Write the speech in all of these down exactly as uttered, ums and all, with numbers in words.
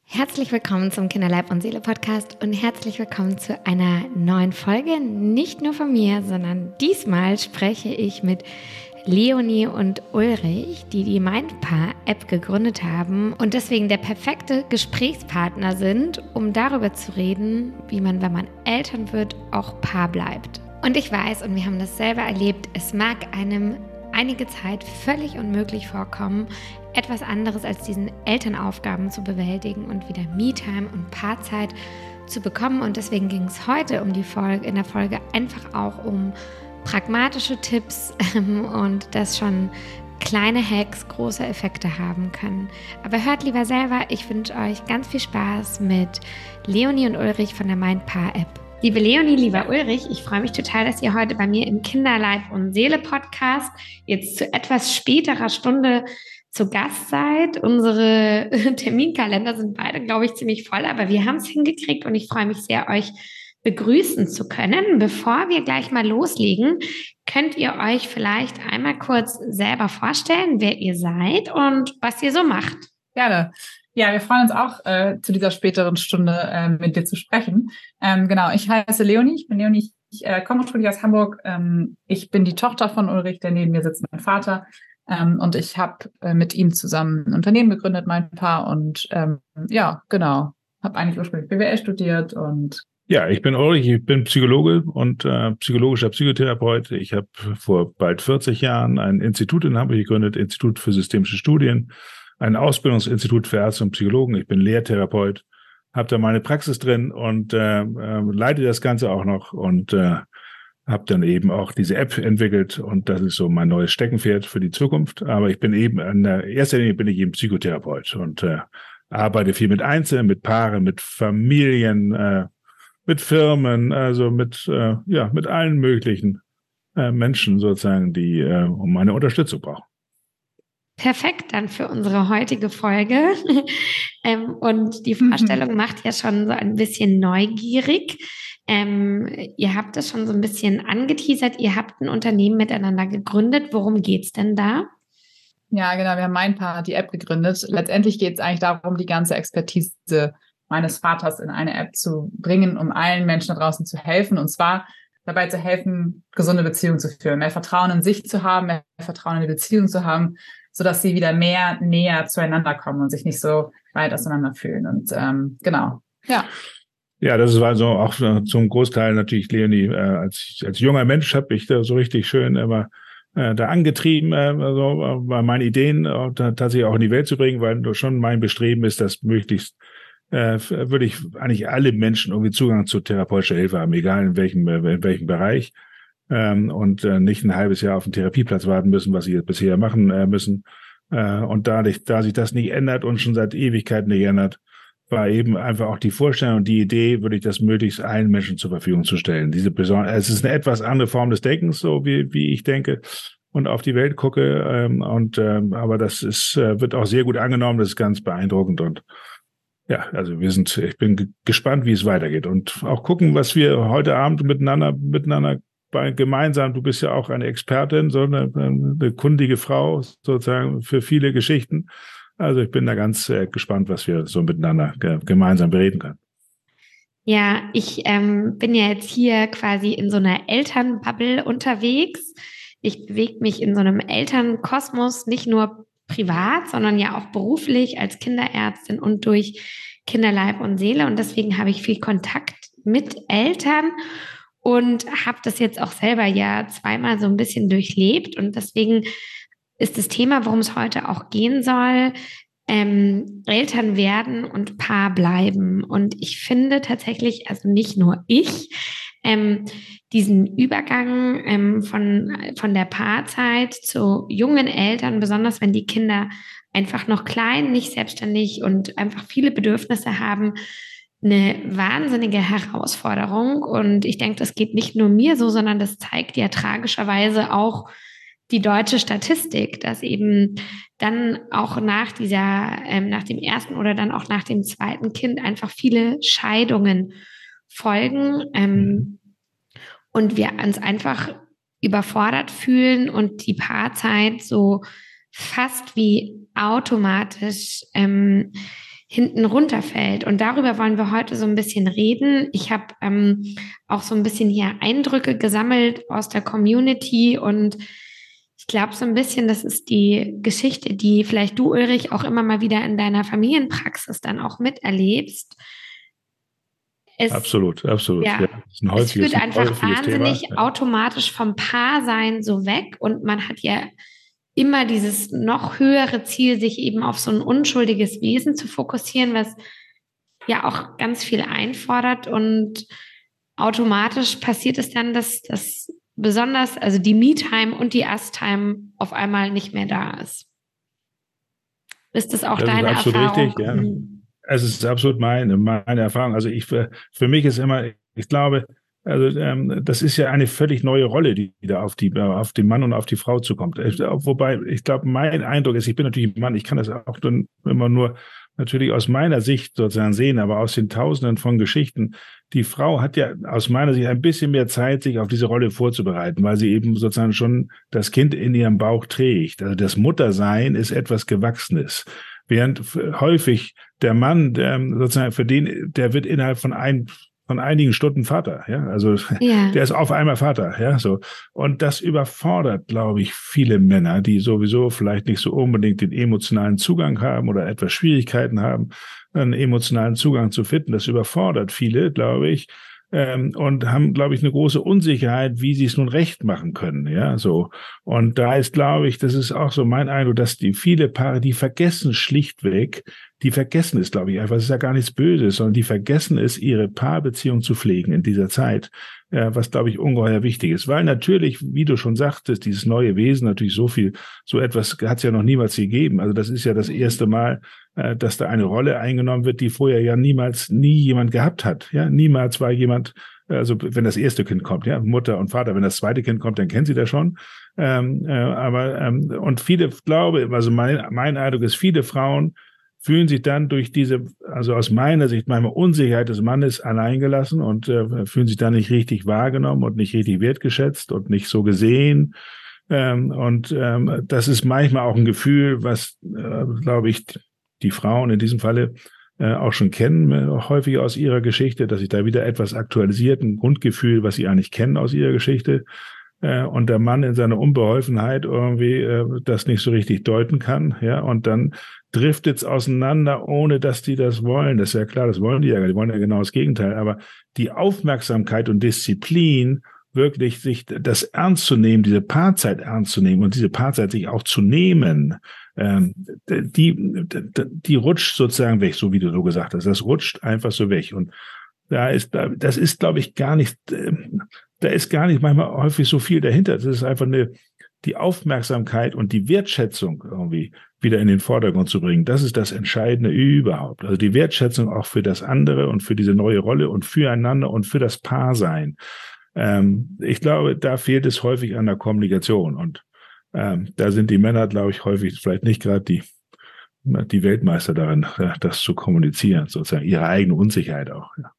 Herzlich willkommen zum Kinderleib und Seele Podcast und herzlich willkommen zu einer neuen Folge. Nicht nur von mir, sondern diesmal spreche ich mit Leonie und Ulrich, die die Mindpaar-App gegründet haben und deswegen der perfekte Gesprächspartner sind, um darüber zu reden, wie man, wenn man Eltern wird, auch Paar bleibt. Und ich weiß, und wir haben das selber erlebt, es mag einem einige Zeit völlig unmöglich vorkommen, etwas anderes als diesen Elternaufgaben zu bewältigen und wieder Me-Time und Paarzeit zu bekommen. Und deswegen ging es heute um die Folge, in der Folge einfach auch um pragmatische Tipps ähm, und dass schon kleine Hacks große Effekte haben können. Aber hört lieber selber, ich wünsche euch ganz viel Spaß mit Leonie und Ulrich von der Mindpaar-App. Liebe Leonie, lieber Ulrich, ich freue mich total, dass ihr heute bei mir im Kinderleib und Seele Podcast jetzt zu etwas späterer Stunde zu Gast seid. Unsere Terminkalender sind beide, glaube ich, ziemlich voll, aber wir haben es hingekriegt und ich freue mich sehr, euch begrüßen zu können. Bevor wir gleich mal loslegen, könnt ihr euch vielleicht einmal kurz selber vorstellen, wer ihr seid und was ihr so macht. Gerne. Ja, wir freuen uns auch, äh, zu dieser späteren Stunde äh, mit dir zu sprechen. Ähm, genau, ich heiße Leonie, ich bin Leonie, ich äh, komme ursprünglich aus Hamburg. Ähm, ich bin die Tochter von Ulrich, der neben mir sitzt, mein Vater. Ähm, und ich habe äh, mit ihm zusammen ein Unternehmen gegründet, Mindpaar. Und ähm, ja, genau, habe eigentlich ursprünglich B W L studiert. Und Ja, ich bin Ulrich, ich bin Psychologe und äh, psychologischer Psychotherapeut. Ich habe vor bald vierzig Jahren ein Institut in Hamburg gegründet, Institut für systemische Studien. Ein Ausbildungsinstitut für Ärzte und Psychologen. Ich bin Lehrtherapeut, habe da meine Praxis drin und äh, äh, leite das Ganze auch noch und äh, habe dann eben auch diese App entwickelt und das ist so mein neues Steckenpferd für die Zukunft. Aber ich bin eben in der erster Linie bin ich eben Psychotherapeut und äh, arbeite viel mit Einzelnen, mit Paaren, mit Familien, äh, mit Firmen, also mit äh, ja mit allen möglichen äh, Menschen sozusagen, die äh, um meine Unterstützung brauchen. Perfekt dann für unsere heutige Folge. ähm, und die Vorstellung mhm. macht ja schon so ein bisschen neugierig. Ähm, ihr habt das schon so ein bisschen angeteasert. Ihr habt ein Unternehmen miteinander gegründet. Worum geht's denn da? Ja, genau. Wir haben Mindpaar, die App gegründet. Letztendlich geht es eigentlich darum, die ganze Expertise meines Vaters in eine App zu bringen, um allen Menschen da draußen zu helfen. Und zwar dabei zu helfen, gesunde Beziehungen zu führen, mehr Vertrauen in sich zu haben, mehr Vertrauen in die Beziehung zu haben, sodass sie wieder mehr näher zueinander kommen und sich nicht so weit auseinander fühlen. Und ähm, genau, ja. Ja, das ist also auch zum Großteil natürlich, Leonie, äh, als, als junger Mensch habe ich da so richtig schön immer äh, da angetrieben, äh, also, äh, meine Ideen äh, tatsächlich auch in die Welt zu bringen, weil schon mein Bestreben ist, dass möglichst äh, würde ich eigentlich alle Menschen irgendwie Zugang zu therapeutischer Hilfe haben, egal in welchem, in welchem Bereich. Ähm, und äh, nicht ein halbes Jahr auf den Therapieplatz warten müssen, was sie jetzt bisher machen äh, müssen. Äh, und da, da sich das nicht ändert und schon seit Ewigkeiten nicht ändert, war eben einfach auch die Vorstellung und die Idee, würde ich das möglichst allen Menschen zur Verfügung zu stellen. Diese besondere, es ist eine etwas andere Form des Denkens, so wie, wie ich denke und auf die Welt gucke. Ähm, und ähm, aber das ist, äh, wird auch sehr gut angenommen, das ist ganz beeindruckend und ja, also wir sind, ich bin g- gespannt, wie es weitergeht und auch gucken, was wir heute Abend miteinander, miteinander bei, gemeinsam, du bist ja auch eine Expertin, so eine, eine kundige Frau sozusagen für viele Geschichten. Also ich bin da ganz äh, gespannt, was wir so miteinander ge- gemeinsam bereden können. Ja, ich ähm, bin ja jetzt hier quasi in so einer Elternbubble unterwegs. Ich bewege mich in so einem Elternkosmos, nicht nur privat, sondern ja auch beruflich als Kinderärztin und durch Kinderleib und Seele. Und deswegen habe ich viel Kontakt mit Eltern und habe das jetzt auch selber ja zweimal so ein bisschen durchlebt. Und deswegen ist das Thema, worum es heute auch gehen soll, ähm, Eltern werden und Paar bleiben. Und ich finde tatsächlich, also nicht nur ich, ähm, diesen Übergang ähm, von, von der Paarzeit zu jungen Eltern, besonders wenn die Kinder einfach noch klein, nicht selbstständig und einfach viele Bedürfnisse haben, eine wahnsinnige Herausforderung. Und ich denke, das geht nicht nur mir so, sondern das zeigt ja tragischerweise auch die deutsche Statistik, dass eben dann auch nach dieser, ähm, nach dem ersten oder dann auch nach dem zweiten Kind einfach viele Scheidungen folgen ähm, und wir uns einfach überfordert fühlen und die Paarzeit so fast wie automatisch ähm, hinten runterfällt. Und darüber wollen wir heute so ein bisschen reden. Ich habe ähm, auch so ein bisschen hier Eindrücke gesammelt aus der Community und ich glaube so ein bisschen, das ist die Geschichte, die vielleicht du, Ulrich, auch immer mal wieder in deiner Familienpraxis dann auch miterlebst. Es, absolut, absolut. Ja, ja, das ist ein es führt ein einfach wahnsinnig Thema. automatisch vom Paarsein so weg und man hat ja immer dieses noch höhere Ziel, sich eben auf so ein unschuldiges Wesen zu fokussieren, was ja auch ganz viel einfordert und automatisch passiert es dann, dass das besonders, also die Me-Time und die Us-Time auf einmal nicht mehr da ist. Ist das auch das deine ist absolut Erfahrung? Richtig, ja. Es ist absolut meine, meine Erfahrung. Also ich, für, für mich ist immer, ich glaube, also ähm, das ist ja eine völlig neue Rolle, die da auf die auf den Mann und auf die Frau zukommt. Wobei ich glaube, mein Eindruck ist, ich bin natürlich ein Mann, ich kann das auch dann immer nur natürlich aus meiner Sicht sozusagen sehen, aber aus den Tausenden von Geschichten. Die Frau hat ja aus meiner Sicht ein bisschen mehr Zeit, sich auf diese Rolle vorzubereiten, weil sie eben sozusagen schon das Kind in ihrem Bauch trägt. Also das Muttersein ist etwas Gewachsenes. Während häufig der Mann, der sozusagen für den, der wird innerhalb von ein von einigen Stunden Vater, ja, also ja. Der ist auf einmal Vater, ja, so. Und das überfordert, glaube ich, viele Männer, die sowieso vielleicht nicht so unbedingt den emotionalen Zugang haben oder etwas Schwierigkeiten haben, einen emotionalen Zugang zu finden. Das überfordert viele, glaube ich, ähm, und haben, glaube ich, eine große Unsicherheit, wie sie es nun recht machen können, ja, so. Und da ist, glaube ich, das ist auch so mein Eindruck, dass die viele Paare, die vergessen schlichtweg, die vergessen es, glaube ich, einfach, es ist ja gar nichts Böses, sondern die vergessen es, ihre Paarbeziehung zu pflegen in dieser Zeit, äh, was, glaube ich, ungeheuer wichtig ist. Weil natürlich, wie du schon sagtest, dieses neue Wesen natürlich so viel, so etwas hat es ja noch niemals gegeben. Also das ist ja das erste Mal, äh, dass da eine Rolle eingenommen wird, die vorher ja niemals, nie jemand gehabt hat. Ja, niemals war jemand, also wenn das erste Kind kommt, ja, Mutter und Vater, wenn das zweite Kind kommt, dann kennen sie das schon. Ähm, äh, aber ähm, und viele, glaube, also mein, mein Eindruck ist, viele Frauen fühlen sich dann durch diese, also aus meiner Sicht, manchmal Unsicherheit des Mannes alleingelassen und äh, fühlen sich dann nicht richtig wahrgenommen und nicht richtig wertgeschätzt und nicht so gesehen. Ähm, und ähm, das ist manchmal auch ein Gefühl, was, äh, glaube ich, die Frauen in diesem Falle äh, auch schon kennen, äh, häufig aus ihrer Geschichte, dass sich da wieder etwas aktualisiert, ein Grundgefühl, was sie eigentlich kennen aus ihrer Geschichte. Äh, und der Mann in seiner Unbeholfenheit irgendwie äh, das nicht so richtig deuten kann, ja, und dann driftet es auseinander, ohne dass die das wollen. Das ist ja klar, das wollen die ja, die wollen ja genau das Gegenteil. Aber die Aufmerksamkeit und Disziplin, wirklich sich das ernst zu nehmen, diese Paarzeit ernst zu nehmen und diese Paarzeit sich auch zu nehmen, ähm, die, die, die rutscht sozusagen weg, so wie du so gesagt hast. Das rutscht einfach so weg. Und da ist, das ist, glaube ich, gar nicht, da ist gar nicht manchmal häufig so viel dahinter. Das ist einfach eine, die Aufmerksamkeit und die Wertschätzung irgendwie wieder in den Vordergrund zu bringen. Das ist das Entscheidende überhaupt. Also die Wertschätzung auch für das andere und für diese neue Rolle und füreinander und für das Paarsein. Ähm, ich glaube, da fehlt es häufig an der Kommunikation. Und ähm, da sind die Männer, glaube ich, häufig vielleicht nicht gerade die, die Weltmeister darin, das zu kommunizieren, sozusagen ihre eigene Unsicherheit auch. Ja,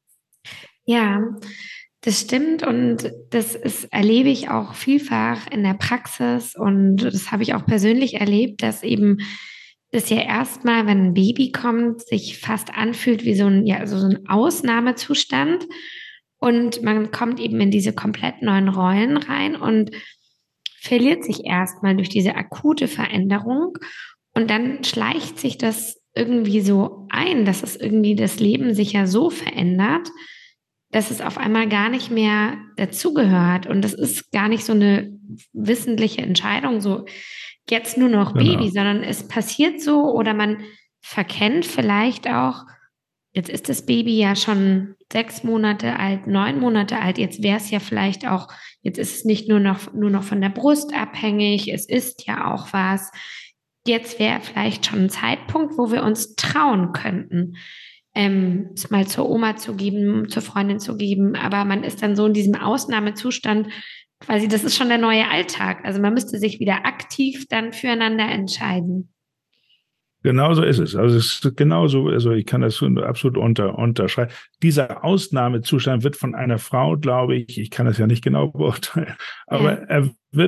ja. Das stimmt und das ist, erlebe ich auch vielfach in der Praxis und das habe ich auch persönlich erlebt, dass eben das ja erstmal, wenn ein Baby kommt, sich fast anfühlt wie so ein, ja, so ein Ausnahmezustand und man kommt eben in diese komplett neuen Rollen rein und verliert sich erstmal durch diese akute Veränderung und dann schleicht sich das irgendwie so ein, dass es irgendwie das Leben sich ja so verändert, dass es auf einmal gar nicht mehr dazugehört. Und das ist gar nicht so eine wissentliche Entscheidung, so jetzt nur noch Baby, genau. Sondern es passiert so oder man verkennt vielleicht auch, jetzt ist das Baby ja schon sechs Monate alt, neun Monate alt, jetzt wäre es ja vielleicht auch, jetzt ist es nicht nur noch, nur noch von der Brust abhängig, es ist ja auch was. Jetzt wäre vielleicht schon ein Zeitpunkt, wo wir uns trauen könnten, Ähm, es mal zur Oma zu geben, zur Freundin zu geben, aber man ist dann so in diesem Ausnahmezustand, quasi, das ist schon der neue Alltag. Also man müsste sich wieder aktiv dann füreinander entscheiden. Genau so ist es. Also es ist genauso, also ich kann das absolut unter, unterschreiben. Dieser Ausnahmezustand wird von einer Frau, glaube ich, ich kann das ja nicht genau beurteilen, aber ja. er wird, glaube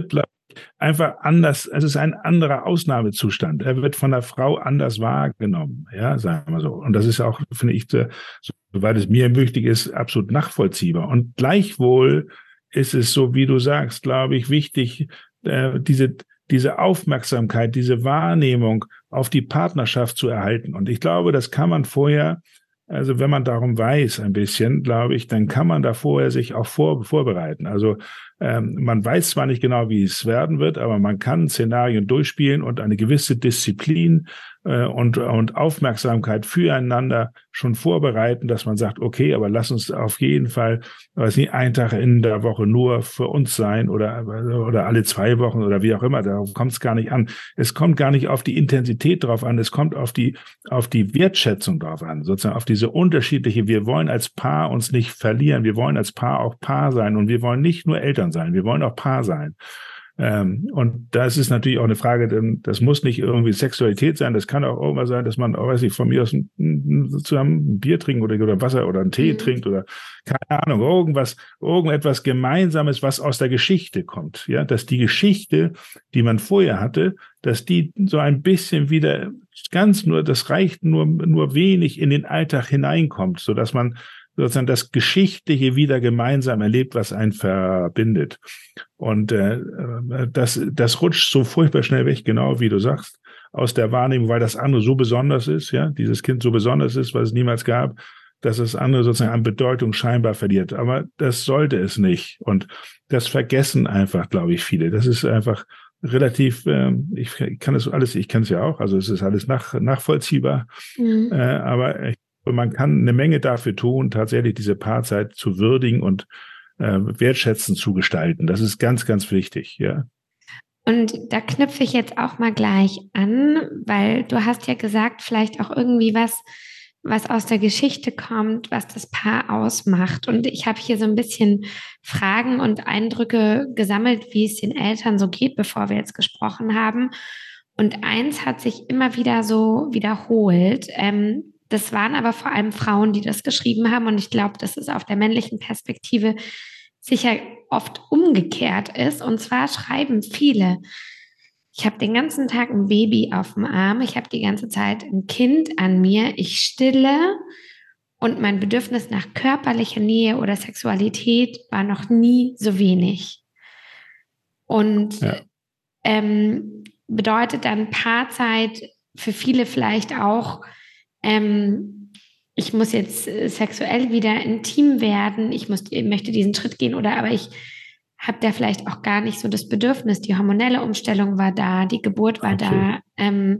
einfach anders, es ist ein anderer Ausnahmezustand. Er wird von der Frau anders wahrgenommen, ja, sagen wir so. Und das ist auch, finde ich, soweit es mir wichtig ist, absolut nachvollziehbar. Und gleichwohl ist es so, wie du sagst, glaube ich, wichtig, äh, diese, diese Aufmerksamkeit, diese Wahrnehmung auf die Partnerschaft zu erhalten. Und ich glaube, das kann man vorher, also wenn man darum weiß ein bisschen, glaube ich, dann kann man da vorher sich auch vor, vorbereiten. Also ähm, man weiß zwar nicht genau, wie es werden wird, aber man kann Szenarien durchspielen und eine gewisse Disziplin äh, und, und Aufmerksamkeit füreinander schon vorbereiten, dass man sagt, okay, aber lass uns auf jeden Fall, weiß nicht, einen Tag in der Woche nur für uns sein oder, oder alle zwei Wochen oder wie auch immer. Darauf kommt es gar nicht an. Es kommt gar nicht auf die Intensität drauf an. Es kommt auf die, auf die Wertschätzung drauf an, sozusagen auf diese unterschiedliche, wir wollen als Paar uns nicht verlieren. Wir wollen als Paar auch Paar sein und wir wollen nicht nur Eltern sein. Wir wollen auch Paar sein. Ähm, und das ist natürlich auch eine Frage, denn das muss nicht irgendwie Sexualität sein, das kann auch irgendwas sein, dass man, oh, weiß ich, von mir aus ein, ein, zusammen ein Bier trinkt oder, oder Wasser oder einen Tee mhm. trinkt oder keine Ahnung, irgendwas, irgendetwas Gemeinsames, was aus der Geschichte kommt, ja, dass die Geschichte, die man vorher hatte, dass die so ein bisschen wieder ganz nur, das reicht nur, nur wenig in den Alltag hineinkommt, so dass man sozusagen das Geschichtliche wieder gemeinsam erlebt, was einen verbindet. Und äh, das, das rutscht so furchtbar schnell weg, genau wie du sagst, aus der Wahrnehmung, weil das andere so besonders ist, ja, dieses Kind so besonders ist, was es niemals gab, dass das andere sozusagen an Bedeutung scheinbar verliert. Aber das sollte es nicht. Und das vergessen einfach, glaube ich, viele. Das ist einfach relativ, äh, ich kann das alles, ich kann es ja auch, also es ist alles nach, nachvollziehbar, mhm. äh, aber ich Und man kann eine Menge dafür tun, tatsächlich diese Paarzeit zu würdigen und äh, wertschätzend zu gestalten. Das ist ganz, ganz wichtig, ja. Und da knüpfe ich jetzt auch mal gleich an, weil du hast ja gesagt, vielleicht auch irgendwie was, was aus der Geschichte kommt, was das Paar ausmacht. Und ich habe hier so ein bisschen Fragen und Eindrücke gesammelt, wie es den Eltern so geht, bevor wir jetzt gesprochen haben. Und eins hat sich immer wieder so wiederholt. Ähm, Das waren aber vor allem Frauen, die das geschrieben haben. Und ich glaube, dass es auf der männlichen Perspektive sicher oft umgekehrt ist. Und zwar schreiben viele, ich habe den ganzen Tag ein Baby auf dem Arm, ich habe die ganze Zeit ein Kind an mir, ich stille und mein Bedürfnis nach körperlicher Nähe oder Sexualität war noch nie so wenig. Und ja. ähm, bedeutet dann Paarzeit für viele vielleicht auch, Ähm, ich muss jetzt äh, sexuell wieder intim werden, ich muss, ich möchte diesen Schritt gehen oder aber ich habe da vielleicht auch gar nicht so das Bedürfnis, die hormonelle Umstellung war da, die Geburt war okay. da. Ähm,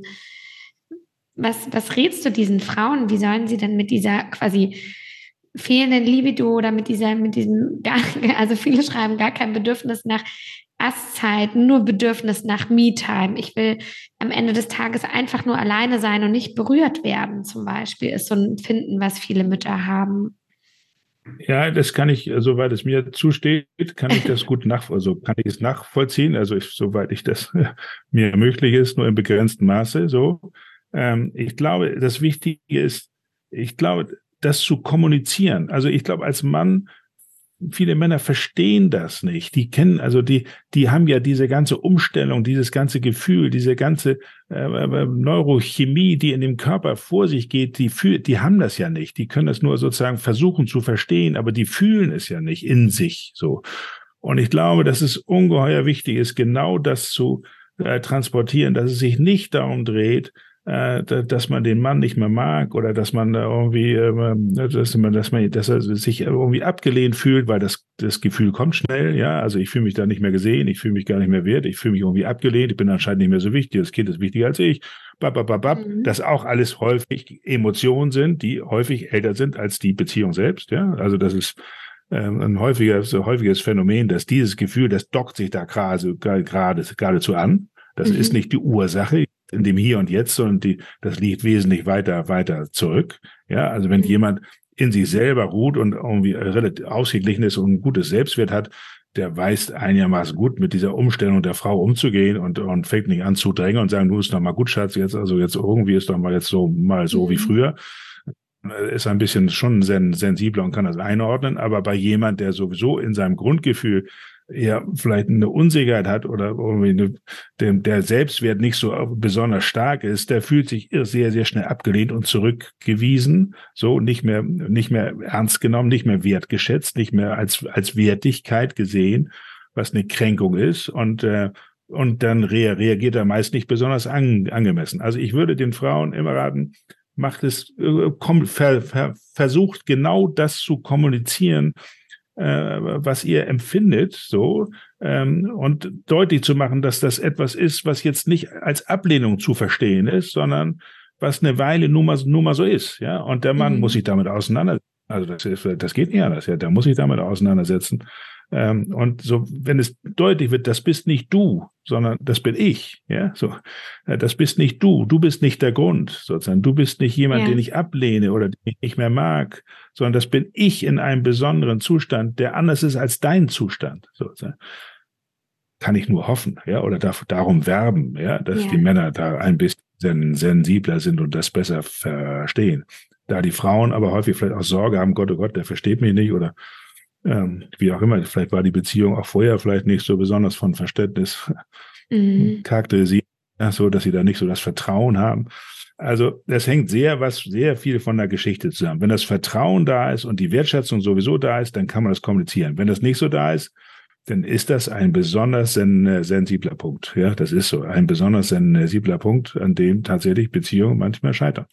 was, was rätst du diesen Frauen? Wie sollen sie denn mit dieser quasi fehlenden Libido oder mit dieser, mit diesem, gar, also viele schreiben gar kein Bedürfnis nach Asszeit, nur Bedürfnis nach Me-Time. Ich will am Ende des Tages einfach nur alleine sein und nicht berührt werden, zum Beispiel, ist so ein Empfinden, was viele Mütter haben. Ja, das kann ich, soweit es mir zusteht, kann ich das gut nach, also kann ich es nachvollziehen, also ich, soweit ich das mir möglich ist, nur im begrenzten Maße, so. Ähm, ich glaube, das Wichtige ist, ich glaube, das zu kommunizieren. Also ich glaube, als Mann, viele Männer verstehen das nicht. Die kennen, also die, die haben ja diese ganze Umstellung, dieses ganze Gefühl, diese ganze äh, Neurochemie, die in dem Körper vor sich geht, die fühl, die haben das ja nicht. Die können das nur sozusagen versuchen zu verstehen, aber die fühlen es ja nicht in sich, so. Und ich glaube, dass es ungeheuer wichtig ist, genau das zu äh, transportieren, dass es sich nicht darum dreht, dass man den Mann nicht mehr mag oder dass man da irgendwie, dass man, dass man, dass er sich irgendwie abgelehnt fühlt, weil das, das Gefühl kommt schnell, ja, also ich fühle mich da nicht mehr gesehen, ich fühle mich gar nicht mehr wert, ich fühle mich irgendwie abgelehnt, ich bin anscheinend nicht mehr so wichtig, das Kind ist wichtiger als ich, bap, bap, bap, bap, mhm. dass auch alles häufig Emotionen sind, die häufig älter sind als die Beziehung selbst, ja, also das ist ein häufiges, häufiges Phänomen, dass dieses Gefühl, das dockt sich da gerade, gerade, geradezu an, das mhm. ist nicht die Ursache in dem Hier und Jetzt, sondern die, das liegt wesentlich weiter, weiter zurück. Ja, also wenn mhm. jemand in sich selber ruht und irgendwie relativ ausgeglichen ist und ein gutes Selbstwert hat, der weiß einigermaßen gut mit dieser Umstellung der Frau umzugehen und, und fängt nicht an zu drängen und sagen, du ist doch mal gut, Schatz, jetzt, also jetzt irgendwie ist doch mal jetzt so, mal so mhm. wie früher. Ist ein bisschen schon sen- sensibler und kann das einordnen, aber bei jemand, der sowieso in seinem Grundgefühl eher vielleicht eine Unsicherheit hat oder irgendwie eine, der, der Selbstwert nicht so besonders stark ist, der fühlt sich sehr, sehr schnell abgelehnt und zurückgewiesen, so nicht mehr, nicht mehr ernst genommen, nicht mehr wertgeschätzt, nicht mehr als, als Wertigkeit gesehen, was eine Kränkung ist und, äh, und dann rea- reagiert er meist nicht besonders an, angemessen. Also ich würde den Frauen immer raten, macht es, äh, kom, ver, ver, versucht genau das zu kommunizieren, was ihr empfindet, so, ähm, und deutlich zu machen, dass das etwas ist, was jetzt nicht als Ablehnung zu verstehen ist, sondern was eine Weile nun mal, nun mal so ist, ja. Und der Mann mhm. muss sich damit auseinandersetzen. Also das ist, das geht nicht anders, ja. Der muss sich damit auseinandersetzen. Ähm, und so, wenn es deutlich wird, das bist nicht du, sondern das bin ich, ja, so, das bist nicht du, du bist nicht der Grund, sozusagen, du bist nicht jemand, ja. den ich ablehne oder den ich nicht mehr mag, sondern das bin ich in einem besonderen Zustand, der anders ist als dein Zustand, sozusagen. Kann ich nur hoffen, ja, oder darf, darum werben, ja, dass ja. die Männer da ein bisschen sensibler sind und das besser verstehen. Da die Frauen aber häufig vielleicht auch Sorge haben, Gott, oh Gott, der versteht mich nicht oder Ähm, wie auch immer, vielleicht war die Beziehung auch vorher vielleicht nicht so besonders von Verständnis mhm. charakterisiert, ja, so dass sie da nicht so das Vertrauen haben. Also das hängt sehr, was sehr viel von der Geschichte zusammen. Wenn das Vertrauen da ist und die Wertschätzung sowieso da ist, dann kann man das kommunizieren. Wenn das nicht so da ist, dann ist das ein besonders sen- sensibler Punkt. Ja, das ist so ein besonders sensibler Punkt, an dem tatsächlich Beziehungen manchmal scheitern.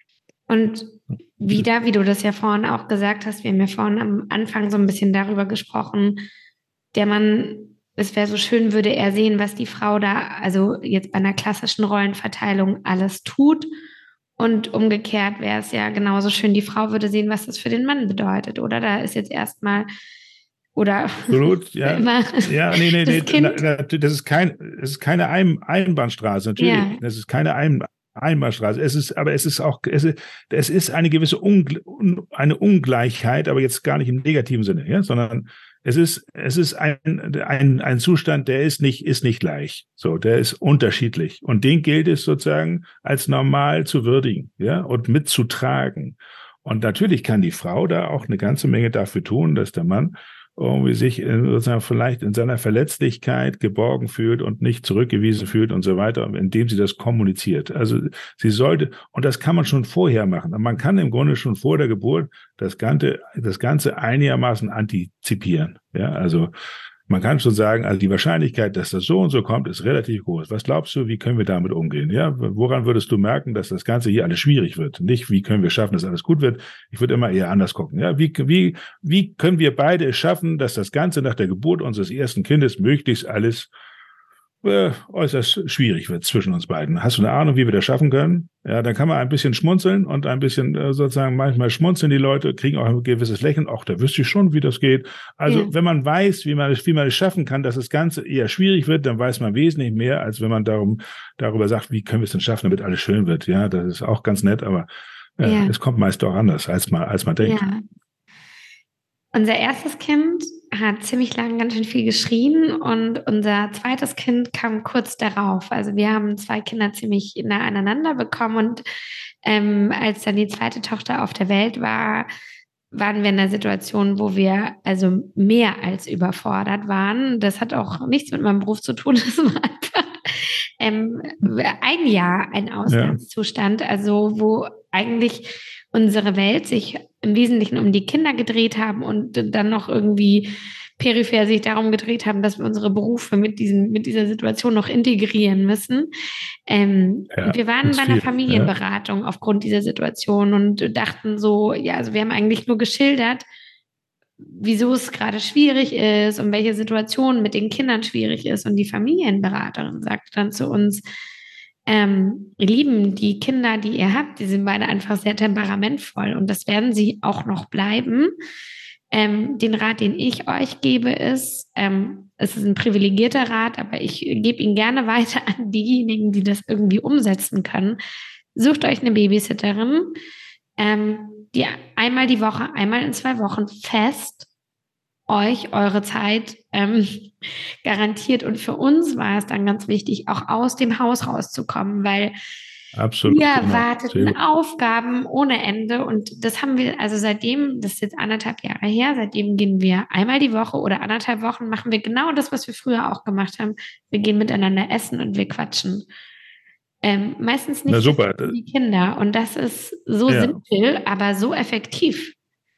Und wieder, wie du das ja vorhin auch gesagt hast, wir haben ja vorhin am Anfang so ein bisschen darüber gesprochen, der Mann, es wäre so schön, würde er sehen, was die Frau da, also jetzt bei einer klassischen Rollenverteilung alles tut. Und umgekehrt wäre es ja genauso schön, die Frau würde sehen, was das für den Mann bedeutet, oder? Da ist jetzt erstmal, oder absolut, ja. immer ja, nee, nee, das nee, Kind. Na, das ist kein, das ist keine Ein- Einbahnstraße, natürlich. Ja. Das ist keine Ein- Einbahnstraße. Es ist, aber es ist auch, es ist, es ist eine gewisse Ungl- eine Ungleichheit, aber jetzt gar nicht im negativen Sinne, ja, sondern es ist, es ist ein, ein, ein Zustand, der ist nicht, ist nicht gleich. So, der ist unterschiedlich. Und den gilt es sozusagen als normal zu würdigen, ja, und mitzutragen. Und natürlich kann die Frau da auch eine ganze Menge dafür tun, dass der Mann irgendwie sich in, sozusagen vielleicht in seiner Verletzlichkeit geborgen fühlt und nicht zurückgewiesen fühlt und so weiter, indem sie das kommuniziert. Also sie sollte, und das kann man schon vorher machen. Man kann im Grunde schon vor der Geburt das Ganze, das Ganze einigermaßen antizipieren. Ja, also man kann schon sagen, also die Wahrscheinlichkeit, dass das so und so kommt, ist relativ groß. Was glaubst du, wie können wir damit umgehen? Ja, woran würdest du merken, dass das Ganze hier alles schwierig wird? Nicht, wie können wir schaffen, dass alles gut wird? Ich würde immer eher anders gucken. Ja, wie, wie, wie können wir beide es schaffen, dass das Ganze nach der Geburt unseres ersten Kindes möglichst alles äh, äußerst schwierig wird zwischen uns beiden? Hast du eine Ahnung, wie wir das schaffen können? Ja, dann kann man ein bisschen schmunzeln und ein bisschen äh, sozusagen, manchmal schmunzeln die Leute, kriegen auch ein gewisses Lächeln. Ach, da wüsste ich schon, wie das geht. Also, ja. wenn man weiß, wie man es, wie man es schaffen kann, dass das Ganze eher schwierig wird, dann weiß man wesentlich mehr, als wenn man darum, darüber sagt, wie können wir es denn schaffen, damit alles schön wird. Ja, das ist auch ganz nett, aber äh, ja. es kommt meist auch anders, als man, als man denkt. Ja. Unser erstes Kind hat ziemlich lange ganz schön viel geschrien und unser zweites Kind kam kurz darauf. Also wir haben zwei Kinder ziemlich nah aneinander bekommen und ähm, als dann die zweite Tochter auf der Welt war, waren wir in einer Situation, wo wir also mehr als überfordert waren. Das hat auch nichts mit meinem Beruf zu tun. Das war einfach ähm, ein Jahr ein Ausgangszustand, ja. Also wo eigentlich unsere Welt sich im Wesentlichen um die Kinder gedreht haben und dann noch irgendwie peripher sich darum gedreht haben, dass wir unsere Berufe mit, diesen, mit dieser Situation noch integrieren müssen. Ähm, ja, wir waren bei einer viel, Familienberatung ja. aufgrund dieser Situation und dachten so, ja, also wir haben eigentlich nur geschildert, wieso es gerade schwierig ist und welche Situation mit den Kindern schwierig ist. Und die Familienberaterin sagte dann zu uns, Ähm, ihr Lieben, die Kinder, die ihr habt, die sind beide einfach sehr temperamentvoll und das werden sie auch noch bleiben. Ähm, den Rat, den ich euch gebe, ist, ähm, es ist ein privilegierter Rat, aber ich gebe ihn gerne weiter an diejenigen, die das irgendwie umsetzen können. Sucht euch eine Babysitterin, ähm, die einmal die Woche, einmal in zwei Wochen fest euch eure Zeit ähm, garantiert. Und für uns war es dann ganz wichtig, auch aus dem Haus rauszukommen, weil Absolut. Wir Genau. erwarteten Sehr Aufgaben ohne Ende und das haben wir, also seitdem, das ist jetzt anderthalb Jahre her, seitdem gehen wir einmal die Woche oder anderthalb Wochen, machen wir genau das, was wir früher auch gemacht haben. Wir gehen miteinander essen und wir quatschen. Ähm, meistens Na nicht super. für die Kinder und das ist so Ja, simpel, aber so effektiv.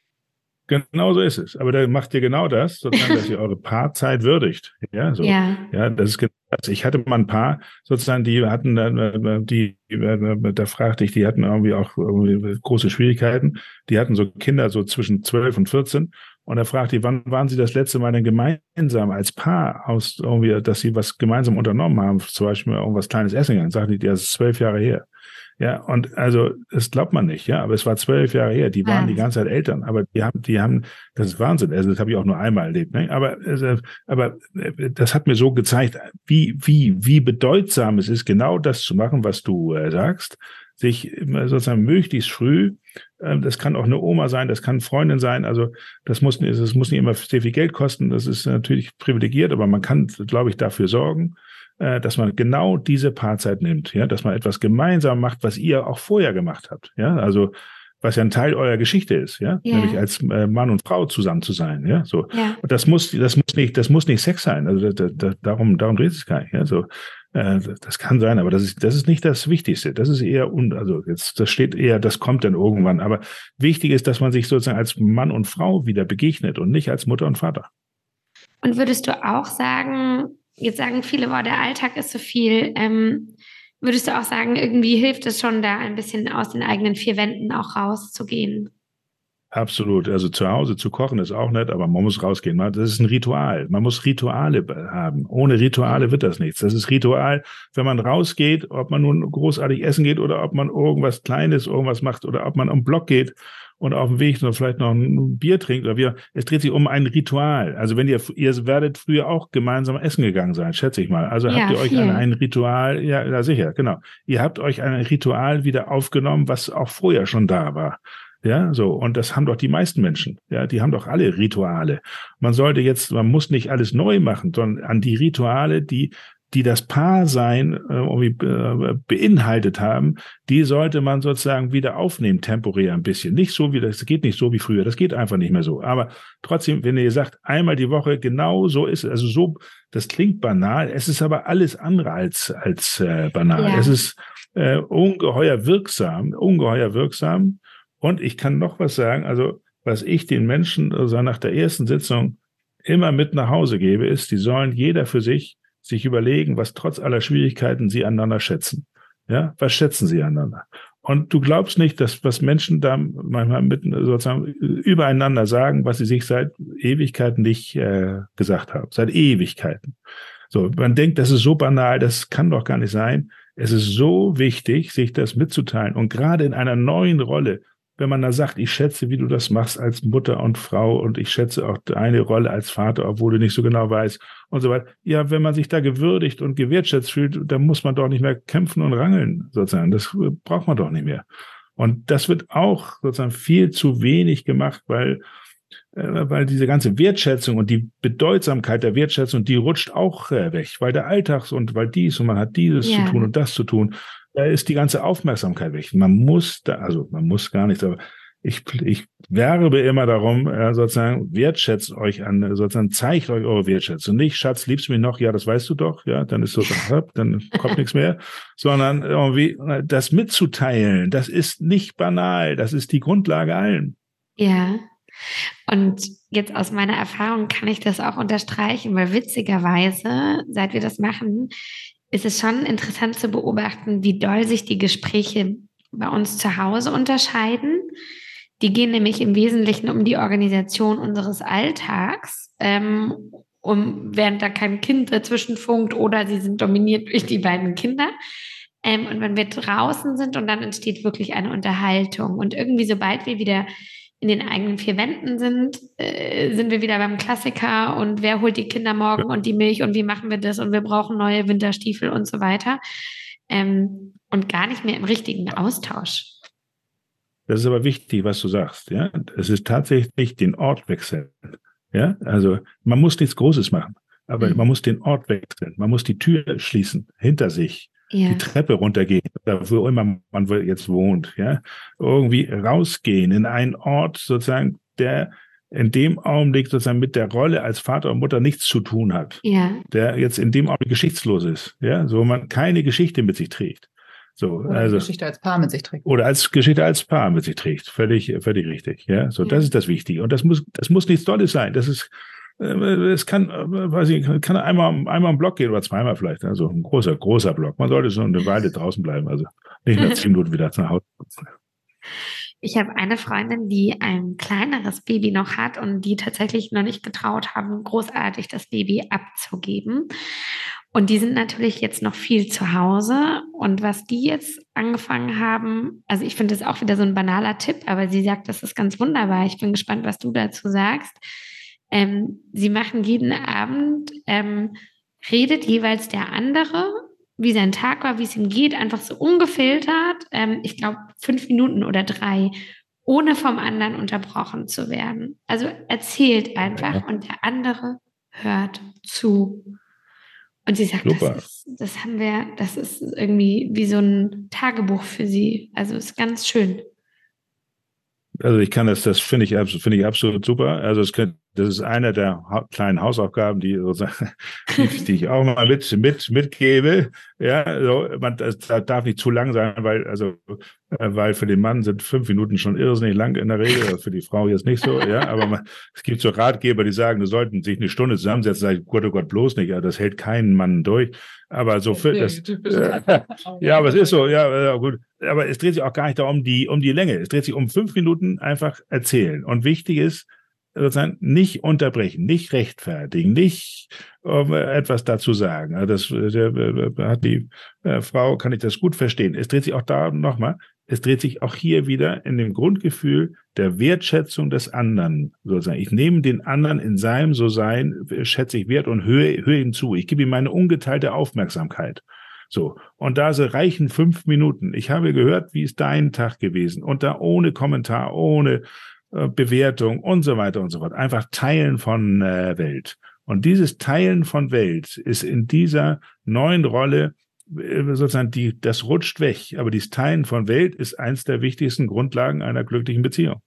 genau so ist es. Aber da macht ihr genau das, sozusagen, dass ihr eure Paarzeit würdigt. Ja, so. Ja, Ja, das ist genau das. Ich hatte mal ein Paar, sozusagen, die hatten, äh, die, äh, da fragte ich, die hatten irgendwie auch irgendwie große Schwierigkeiten. Die hatten so Kinder so zwischen zwölf und vierzehn. Und da fragte ich, wann waren Sie das letzte Mal denn gemeinsam als Paar aus irgendwie, dass Sie was gemeinsam unternommen haben, zum Beispiel irgendwas kleines essen gegangen? Sagten die, das ist zwölf Jahre her. Ja, und also, das glaubt man nicht, ja, aber es war zwölf Jahre her. Die waren die Wahnsinn. ganze Zeit Eltern, aber die haben, die haben, das ist Wahnsinn. Also, das habe ich auch nur einmal erlebt, ne? Aber, also, aber das hat mir so gezeigt, wie, wie, wie bedeutsam es ist, genau das zu machen, was du äh, sagst, sich sozusagen möglichst früh, äh, das kann auch eine Oma sein, das kann eine Freundin sein, also, das muss, das muss nicht immer sehr viel Geld kosten, das ist natürlich privilegiert, aber man kann, glaube ich, dafür sorgen, dass man genau diese Paarzeit nimmt, ja, dass man etwas gemeinsam macht, was ihr auch vorher gemacht habt, ja, also was ja ein Teil eurer Geschichte ist, ja, Ja. nämlich als äh, Mann und Frau zusammen zu sein, ja, so. Ja. Und das muss, das muss nicht, das muss nicht Sex sein, also da, da, darum, darum dreht es gar nicht, ja, so. Äh, das kann sein, aber das ist, das ist nicht das Wichtigste. Das ist eher, un, also jetzt, das steht eher, das kommt dann irgendwann. Aber wichtig ist, dass man sich sozusagen als Mann und Frau wieder begegnet und nicht als Mutter und Vater. Und würdest du auch sagen, jetzt sagen viele, boah, der Alltag ist so viel, ähm, würdest du auch sagen, irgendwie hilft es schon, da ein bisschen aus den eigenen vier Wänden auch rauszugehen? Absolut. Also zu Hause zu kochen ist auch nett, aber man muss rausgehen. Das ist ein Ritual. Man muss Rituale haben. Ohne Rituale wird das nichts. Das ist Ritual, wenn man rausgeht, ob man nun großartig essen geht oder ob man irgendwas Kleines, irgendwas macht oder ob man am Block geht und auf dem Weg noch vielleicht noch ein Bier trinkt oder wie. Es dreht sich um ein Ritual. Also wenn ihr, ihr werdet früher auch gemeinsam essen gegangen sein, schätze ich mal. Also Ja, habt ihr euch viel. an ein Ritual, ja, ja, sicher, genau. Ihr habt euch ein Ritual wieder aufgenommen, was auch vorher schon da war. Ja, so. Und das haben doch die meisten Menschen. Ja, die haben doch alle Rituale. Man sollte jetzt, man muss nicht alles neu machen, sondern an die Rituale, die die das Paarsein äh, irgendwie äh, beinhaltet haben, die sollte man sozusagen wieder aufnehmen, temporär ein bisschen. Nicht so wie, das geht nicht so wie früher, das geht einfach nicht mehr so. Aber trotzdem, wenn ihr sagt, einmal die Woche, genau so ist es, also so, das klingt banal, es ist aber alles andere als, als äh, banal. Ja. Es ist äh, ungeheuer wirksam, ungeheuer wirksam. Und ich kann noch was sagen, also was ich den Menschen also nach der ersten Sitzung immer mit nach Hause gebe, ist, die sollen jeder für sich sich überlegen, was trotz aller Schwierigkeiten sie aneinander schätzen. Ja, was schätzen sie aneinander? Und du glaubst nicht, dass was Menschen da manchmal mit sozusagen übereinander sagen, was sie sich seit Ewigkeiten nicht äh, gesagt haben, seit Ewigkeiten. So, man denkt, das ist so banal, das kann doch gar nicht sein. Es ist so wichtig, sich das mitzuteilen. Und gerade in einer neuen Rolle, wenn man da sagt, ich schätze, wie du das machst als Mutter und Frau und ich schätze auch deine Rolle als Vater, obwohl du nicht so genau weißt und so weiter. Ja, wenn man sich da gewürdigt und gewertschätzt fühlt, dann muss man doch nicht mehr kämpfen und rangeln, sozusagen. Das braucht man doch nicht mehr. Und das wird auch sozusagen viel zu wenig gemacht, weil, äh, weil diese ganze Wertschätzung und die Bedeutsamkeit der Wertschätzung, die rutscht auch äh, weg, weil der Alltag und weil dies und man hat dieses Ja. zu tun und das zu tun. Da ist die ganze Aufmerksamkeit weg. Man muss da, also man muss gar nichts, aber ich, ich werbe immer darum, äh, sozusagen, wertschätzt euch an, sozusagen, zeigt euch eure Wertschätzung. Nicht, Schatz, liebst du mich noch? Ja, das weißt du doch. Ja, dann ist so, dann kommt nichts mehr. Sondern irgendwie das mitzuteilen, das ist nicht banal. Das ist die Grundlage allen. Ja. Und jetzt aus meiner Erfahrung kann ich das auch unterstreichen, weil witzigerweise, seit wir das machen, ist es schon interessant zu beobachten, wie doll sich die Gespräche bei uns zu Hause unterscheiden. Die gehen nämlich im Wesentlichen um die Organisation unseres Alltags, ähm, um, während da kein Kind dazwischen funkt oder sie sind dominiert durch die beiden Kinder. Ähm, und wenn wir draußen sind und dann entsteht wirklich eine Unterhaltung. Und irgendwie, sobald wir wieder in den eigenen vier Wänden sind, äh, sind wir wieder beim Klassiker und wer holt die Kinder morgen und die Milch und wie machen wir das und wir brauchen neue Winterstiefel und so weiter. Ähm, und gar nicht mehr im richtigen Austausch. Das ist aber wichtig, was du sagst. Ja, es ist tatsächlich den Ort wechseln. Ja, also man muss nichts Großes machen, aber mhm. man muss den Ort wechseln. Man muss die Tür schließen hinter sich Ja. Die Treppe runtergehen, oder wo immer man jetzt wohnt, ja, irgendwie rausgehen in einen Ort sozusagen, der in dem Augenblick sozusagen mit der Rolle als Vater und Mutter nichts zu tun hat, Ja. der jetzt in dem Augenblick geschichtslos ist, ja, so man keine Geschichte mit sich trägt. So, Oder also, die Geschichte als Paar mit sich trägt. Oder als Geschichte als Paar mit sich trägt. Völlig, völlig richtig, ja. So, Ja. das ist das Wichtige. Und das muss, das muss nichts Tolles sein. Das ist, es kann, weiß ich, kann einmal, einmal im Block gehen oder zweimal vielleicht. Also ein großer, großer Block. Man sollte so eine Weile draußen bleiben. Also nicht nach zehn Minuten wieder nach Hause. Ich habe eine Freundin, die ein kleineres Baby noch hat und die tatsächlich noch nicht getraut haben, großartig das Baby abzugeben. Und die sind natürlich jetzt noch viel zu Hause. Und was die jetzt angefangen haben, also ich finde das auch wieder so ein banaler Tipp, aber sie sagt, das ist ganz wunderbar. Ich bin gespannt, was du dazu sagst. Ähm, sie machen jeden Abend, ähm, redet jeweils der andere, wie sein Tag war, wie es ihm geht, einfach so ungefiltert, ähm, ich glaube fünf Minuten oder drei, ohne vom anderen unterbrochen zu werden. Also erzählt einfach ja. Und der andere hört zu. Und sie sagt, das, ist, das haben wir, das ist irgendwie wie so ein Tagebuch für sie. Also ist ganz schön. Also ich kann das, das finde ich, finde ich absolut super. Also es könnte, das ist eine der ha- kleinen Hausaufgaben, die, die, die ich auch mal mit, mit, mitgebe. Ja, also man, das darf nicht zu lang sein, weil, also, weil für den Mann sind fünf Minuten schon irrsinnig lang in der Regel, für die Frau jetzt nicht so, ja, aber man, es gibt so Ratgeber, die sagen, wir sollten sich eine Stunde zusammensetzen, sage ich, Gott, oh Gott, bloß nicht, ja, das hält keinen Mann durch. Aber so für das, äh, ja, aber es ist so, ja, ja, gut. Aber es dreht sich auch gar nicht darum, die, um die Länge. Es dreht sich um fünf Minuten einfach erzählen. Und wichtig ist, sozusagen nicht unterbrechen, nicht rechtfertigen, nicht um, etwas dazu sagen. Also das der, der, hat die äh, Frau, kann ich das gut verstehen. Es dreht sich auch da nochmal, es dreht sich auch hier wieder in dem Grundgefühl der Wertschätzung des anderen. Sozusagen. Ich nehme den anderen in seinem So-Sein, schätze ich wert und höre, höre ihm zu. Ich gebe ihm meine ungeteilte Aufmerksamkeit. So. Und da so reichen fünf Minuten. Ich habe gehört, wie ist dein Tag gewesen? Und da ohne Kommentar, ohne äh, Bewertung und so weiter und so fort. Einfach Teilen von äh, Welt. Und dieses Teilen von Welt ist in dieser neuen Rolle äh, sozusagen, die, das rutscht weg. Aber dieses Teilen von Welt ist eins der wichtigsten Grundlagen einer glücklichen Beziehung.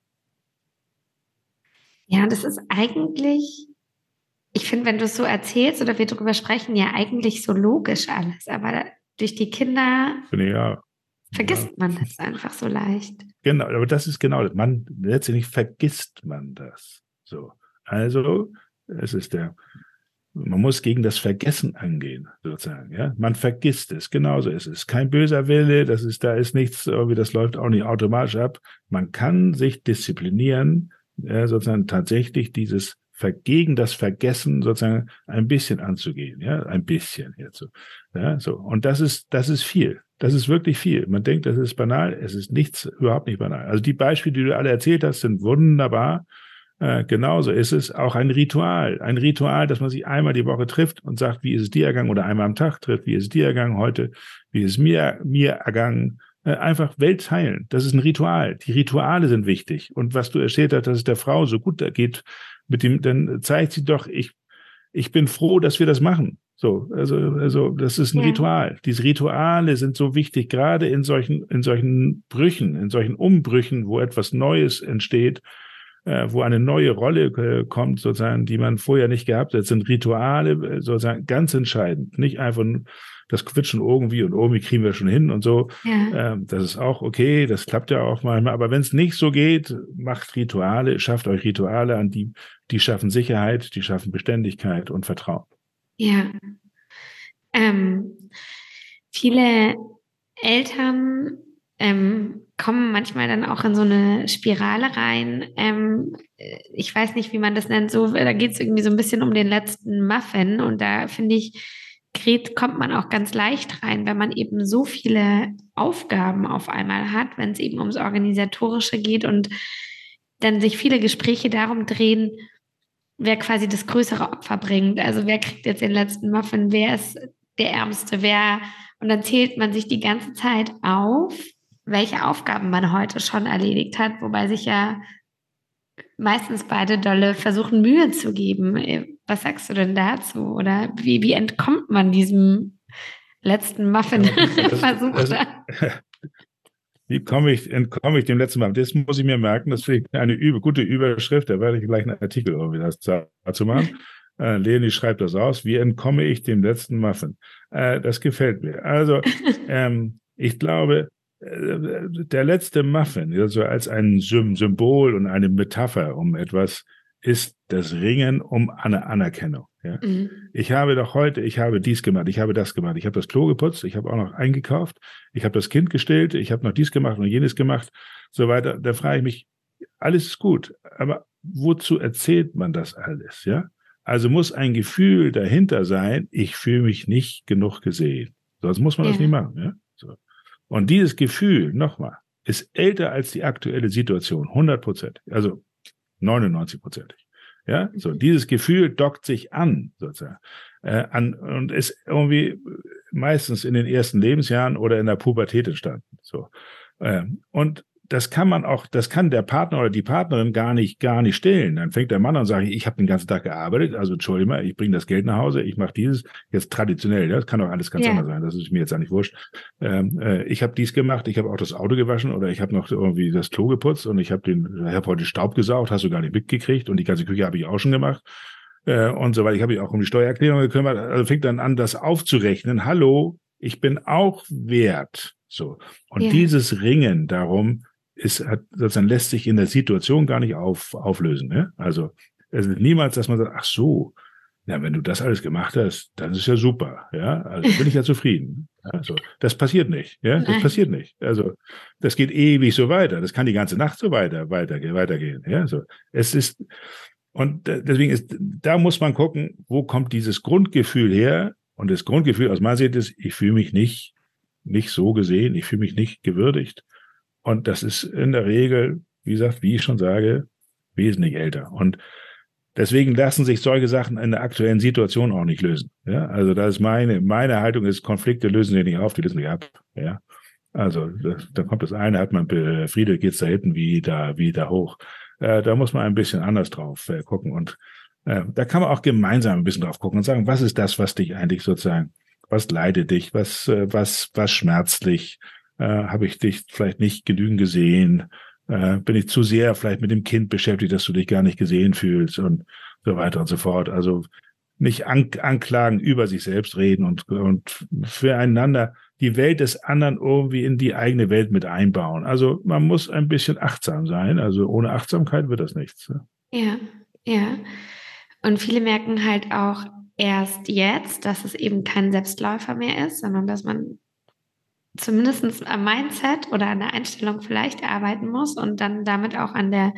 Ja, das ist eigentlich, ich finde, wenn du es so erzählst oder wir darüber sprechen, ja eigentlich so logisch alles. Aber durch die Kinder ja. vergisst ja. man das einfach so leicht. Genau, aber das ist genau das. Man, letztendlich vergisst man das. So. Also, es ist der, man muss gegen das Vergessen angehen, sozusagen, ja. Man vergisst es. Genauso ist es. Kein böser Wille, das ist, da ist nichts, irgendwie, das läuft auch nicht automatisch ab. Man kann sich disziplinieren, ja, sozusagen tatsächlich dieses gegen das Vergessen sozusagen ein bisschen anzugehen, ja, ein bisschen jetzt so, ja, so. Und das ist, das ist viel. Das ist wirklich viel. Man denkt, das ist banal. Es ist nichts, überhaupt nicht banal. Also die Beispiele, die du alle erzählt hast, sind wunderbar. Äh, genauso ist es auch ein Ritual. Ein Ritual, dass man sich einmal die Woche trifft und sagt, wie ist es dir ergangen, oder einmal am Tag trifft, wie ist es dir ergangen heute, wie ist es mir, mir ergangen. Äh, einfach Welt teilen. Das ist ein Ritual. Die Rituale sind wichtig. Und was du erzählt hast, dass es der Frau so gut geht, mit dem, dann zeigt sie doch, ich, ich bin froh, dass wir das machen. So, also, also, das ist ein ja. Ritual. Diese Rituale sind so wichtig, gerade in solchen, in solchen Brüchen, in solchen Umbrüchen, wo etwas Neues entsteht, äh, wo eine neue Rolle äh, kommt, sozusagen, die man vorher nicht gehabt hat, sind Rituale äh, sozusagen ganz entscheidend. Nicht einfach, das wird schon irgendwie und irgendwie kriegen wir schon hin und so. Ja. Ähm, das ist auch okay, das klappt ja auch manchmal. Aber wenn es nicht so geht, macht Rituale, schafft euch Rituale an, die, die schaffen Sicherheit, die schaffen Beständigkeit und Vertrauen. Ja. Ähm, viele Eltern ähm, kommen manchmal dann auch in so eine Spirale rein. Ähm, ich weiß nicht, wie man das nennt. So, da geht es irgendwie so ein bisschen um den letzten Muffin. Und da finde ich, kommt man auch ganz leicht rein, wenn man eben so viele Aufgaben auf einmal hat, wenn es eben ums Organisatorische geht und dann sich viele Gespräche darum drehen, wer quasi das größere Opfer bringt. Also wer kriegt jetzt den letzten Muffin, wer ist der Ärmste, wer, und dann zählt man sich die ganze Zeit auf, welche Aufgaben man heute schon erledigt hat, wobei sich ja meistens beide dolle versuchen, Mühe zu geben. Was sagst du denn dazu? Oder wie, wie entkommt man diesem letzten Muffin versucht hat. Wie komme ich, entkomme ich dem letzten Mal? Das muss ich mir merken. Das finde ich eine übe, gute Überschrift. Da werde ich gleich einen Artikel irgendwie dazu machen. Äh, Leonie schreibt das aus. Wie entkomme ich dem letzten Muffin? Äh, das gefällt mir. Also, ähm, ich glaube, äh, der letzte Muffin, also als ein Symbol und eine Metapher um etwas, ist das Ringen um eine Anerkennung. Ja? Mhm. Ich habe doch heute, ich habe dies gemacht, ich habe das gemacht, ich habe das Klo geputzt, ich habe auch noch eingekauft, ich habe das Kind gestillt, ich habe noch dies gemacht und jenes gemacht, so weiter. Da frage ich mich, alles ist gut, aber wozu erzählt man das alles? Ja? Also muss ein Gefühl dahinter sein, ich fühle mich nicht genug gesehen. Sonst muss man ja. das nicht machen. Ja? So. Und dieses Gefühl, nochmal, ist älter als die aktuelle Situation, hundert Prozent. Also neunundneunzig Prozentig. Ja, so dieses Gefühl dockt sich an, sozusagen, äh, an und ist irgendwie meistens in den ersten Lebensjahren oder in der Pubertät entstanden. So. Ähm, und das kann man auch, das kann der Partner oder die Partnerin gar nicht, gar nicht stillen. Dann fängt der Mann an und sagt, ich habe den ganzen Tag gearbeitet, also entschuldige mal, ich bringe das Geld nach Hause, ich mache dieses, jetzt traditionell, das kann auch alles ganz ja. anders sein, das ist mir jetzt eigentlich wurscht. Ähm, äh, ich habe dies gemacht, ich habe auch das Auto gewaschen oder ich habe noch irgendwie das Klo geputzt und ich habe den, ich habe heute Staub gesaugt, hast du gar nicht mitgekriegt und die ganze Küche habe ich auch schon gemacht. Äh, und so weiter. Ich habe mich auch um die Steuererklärung gekümmert, also fängt dann an, das aufzurechnen. Hallo, ich bin auch wert. So. Und ja. dieses Ringen darum, ist, hat, sozusagen lässt sich in der Situation gar nicht auf, auflösen. Ne? Also es ist niemals, dass man sagt, ach so, ja, wenn du das alles gemacht hast, dann ist ja super. Ja, also bin ich ja zufrieden. Also das passiert nicht. Ja, das Nein. passiert nicht. Also das geht ewig so weiter. Das kann die ganze Nacht so weiter, weiter, weitergehen. Ja, so es ist und deswegen ist, da muss man gucken, wo kommt dieses Grundgefühl her? Und das Grundgefühl aus meiner Sicht ist, ich fühle mich nicht, nicht so gesehen, ich fühle mich nicht gewürdigt. Und das ist in der Regel, wie gesagt, wie ich schon sage, wesentlich älter. Und deswegen lassen sich solche Sachen in der aktuellen Situation auch nicht lösen. Ja, also das ist meine, meine Haltung ist, Konflikte lösen sich nicht auf, die lösen sich ab. Ja, also da kommt das eine, hat man, Friede geht's da hinten wie da, wie da hoch. Äh, da muss man ein bisschen anders drauf äh, gucken. Und äh, da kann man auch gemeinsam ein bisschen drauf gucken und sagen, was ist das, was dich eigentlich sozusagen, was leidet dich, was, äh, was, was schmerzlich, äh, habe ich dich vielleicht nicht genügend gesehen, äh, bin ich zu sehr vielleicht mit dem Kind beschäftigt, dass du dich gar nicht gesehen fühlst und so weiter und so fort. Also nicht an, anklagen, über sich selbst reden und, und füreinander die Welt des anderen irgendwie in die eigene Welt mit einbauen. Also man muss ein bisschen achtsam sein. Also ohne Achtsamkeit wird das nichts. Ne? Ja, ja. Und viele merken halt auch erst jetzt, dass es eben kein Selbstläufer mehr ist, sondern dass man zumindest am Mindset oder an der Einstellung vielleicht arbeiten muss und dann damit auch an der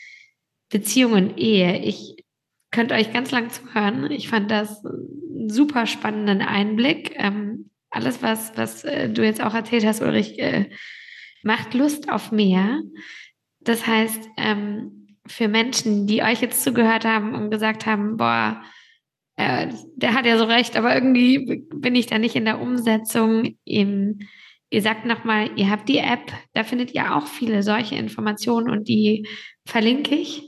Beziehung und Ehe. Ich könnte euch ganz lang zuhören. Ich fand das einen super spannenden Einblick. Ähm, alles, was, was äh, du jetzt auch erzählt hast, Ulrich, äh, macht Lust auf mehr. Das heißt, ähm, für Menschen, die euch jetzt zugehört haben und gesagt haben, boah, äh, der hat ja so recht, aber irgendwie bin ich da nicht in der Umsetzung. Im, ihr sagt nochmal, ihr habt die App, da findet ihr auch viele solche Informationen und die verlinke ich.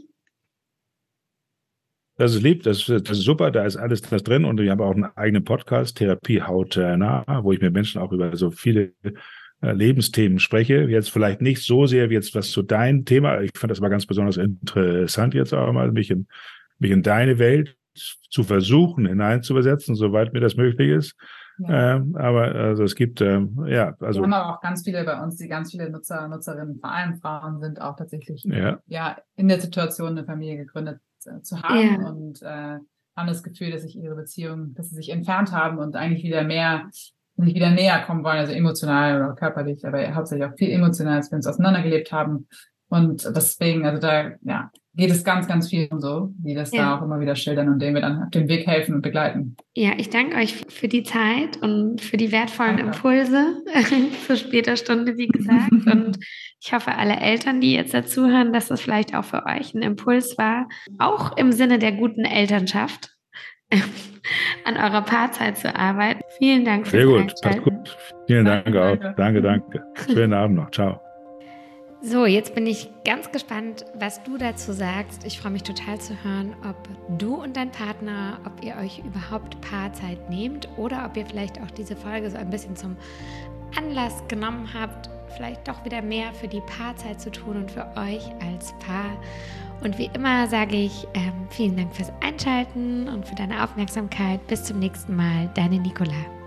Das ist lieb, das ist, das ist super, da ist alles das drin und ich habe auch einen eigenen Podcast, Therapie hautnah, wo ich mit Menschen auch über so viele äh, Lebensthemen spreche. Jetzt vielleicht nicht so sehr wie jetzt was zu deinem Thema. Ich fand das mal ganz besonders interessant jetzt auch mal, mich in, mich in deine Welt zu versuchen hineinzuversetzen, soweit mir das möglich ist. Ja. Ähm, aber also es gibt, ähm, ja, also. Wir haben aber auch ganz viele bei uns, die ganz viele Nutzer, Nutzerinnen, vor allem Frauen, sind auch tatsächlich ja. ja in der Situation, eine Familie gegründet zu haben ja. und äh, haben das Gefühl, dass sich ihre Beziehungen, dass sie sich entfernt haben und eigentlich wieder mehr, nicht wieder näher kommen wollen, also emotional oder körperlich, aber hauptsächlich auch viel emotional, als wir uns auseinandergelebt haben. Und deswegen, also da ja, geht es ganz, ganz viel um so, die das ja. da auch immer wieder schildern und denen wir dann auf dem Weg helfen und begleiten. Ja, ich danke euch für die Zeit und für die wertvollen danke. Impulse zu später Stunde, wie gesagt. Und ich hoffe, alle Eltern, die jetzt dazuhören, dass das vielleicht auch für euch ein Impuls war, auch im Sinne der guten Elternschaft an eurer Paarzeit zu arbeiten. Vielen Dank fürs Sehr gut, passt gut. Vielen Dank, danke, auch. Danke, danke. Schönen Abend noch. Ciao. So, jetzt bin ich ganz gespannt, was du dazu sagst. Ich freue mich total zu hören, ob du und dein Partner, ob ihr euch überhaupt Paarzeit nehmt oder ob ihr vielleicht auch diese Folge so ein bisschen zum Anlass genommen habt, vielleicht doch wieder mehr für die Paarzeit zu tun und für euch als Paar. Und wie immer sage ich ähm, vielen Dank fürs Einschalten und für deine Aufmerksamkeit. Bis zum nächsten Mal, deine Nicola.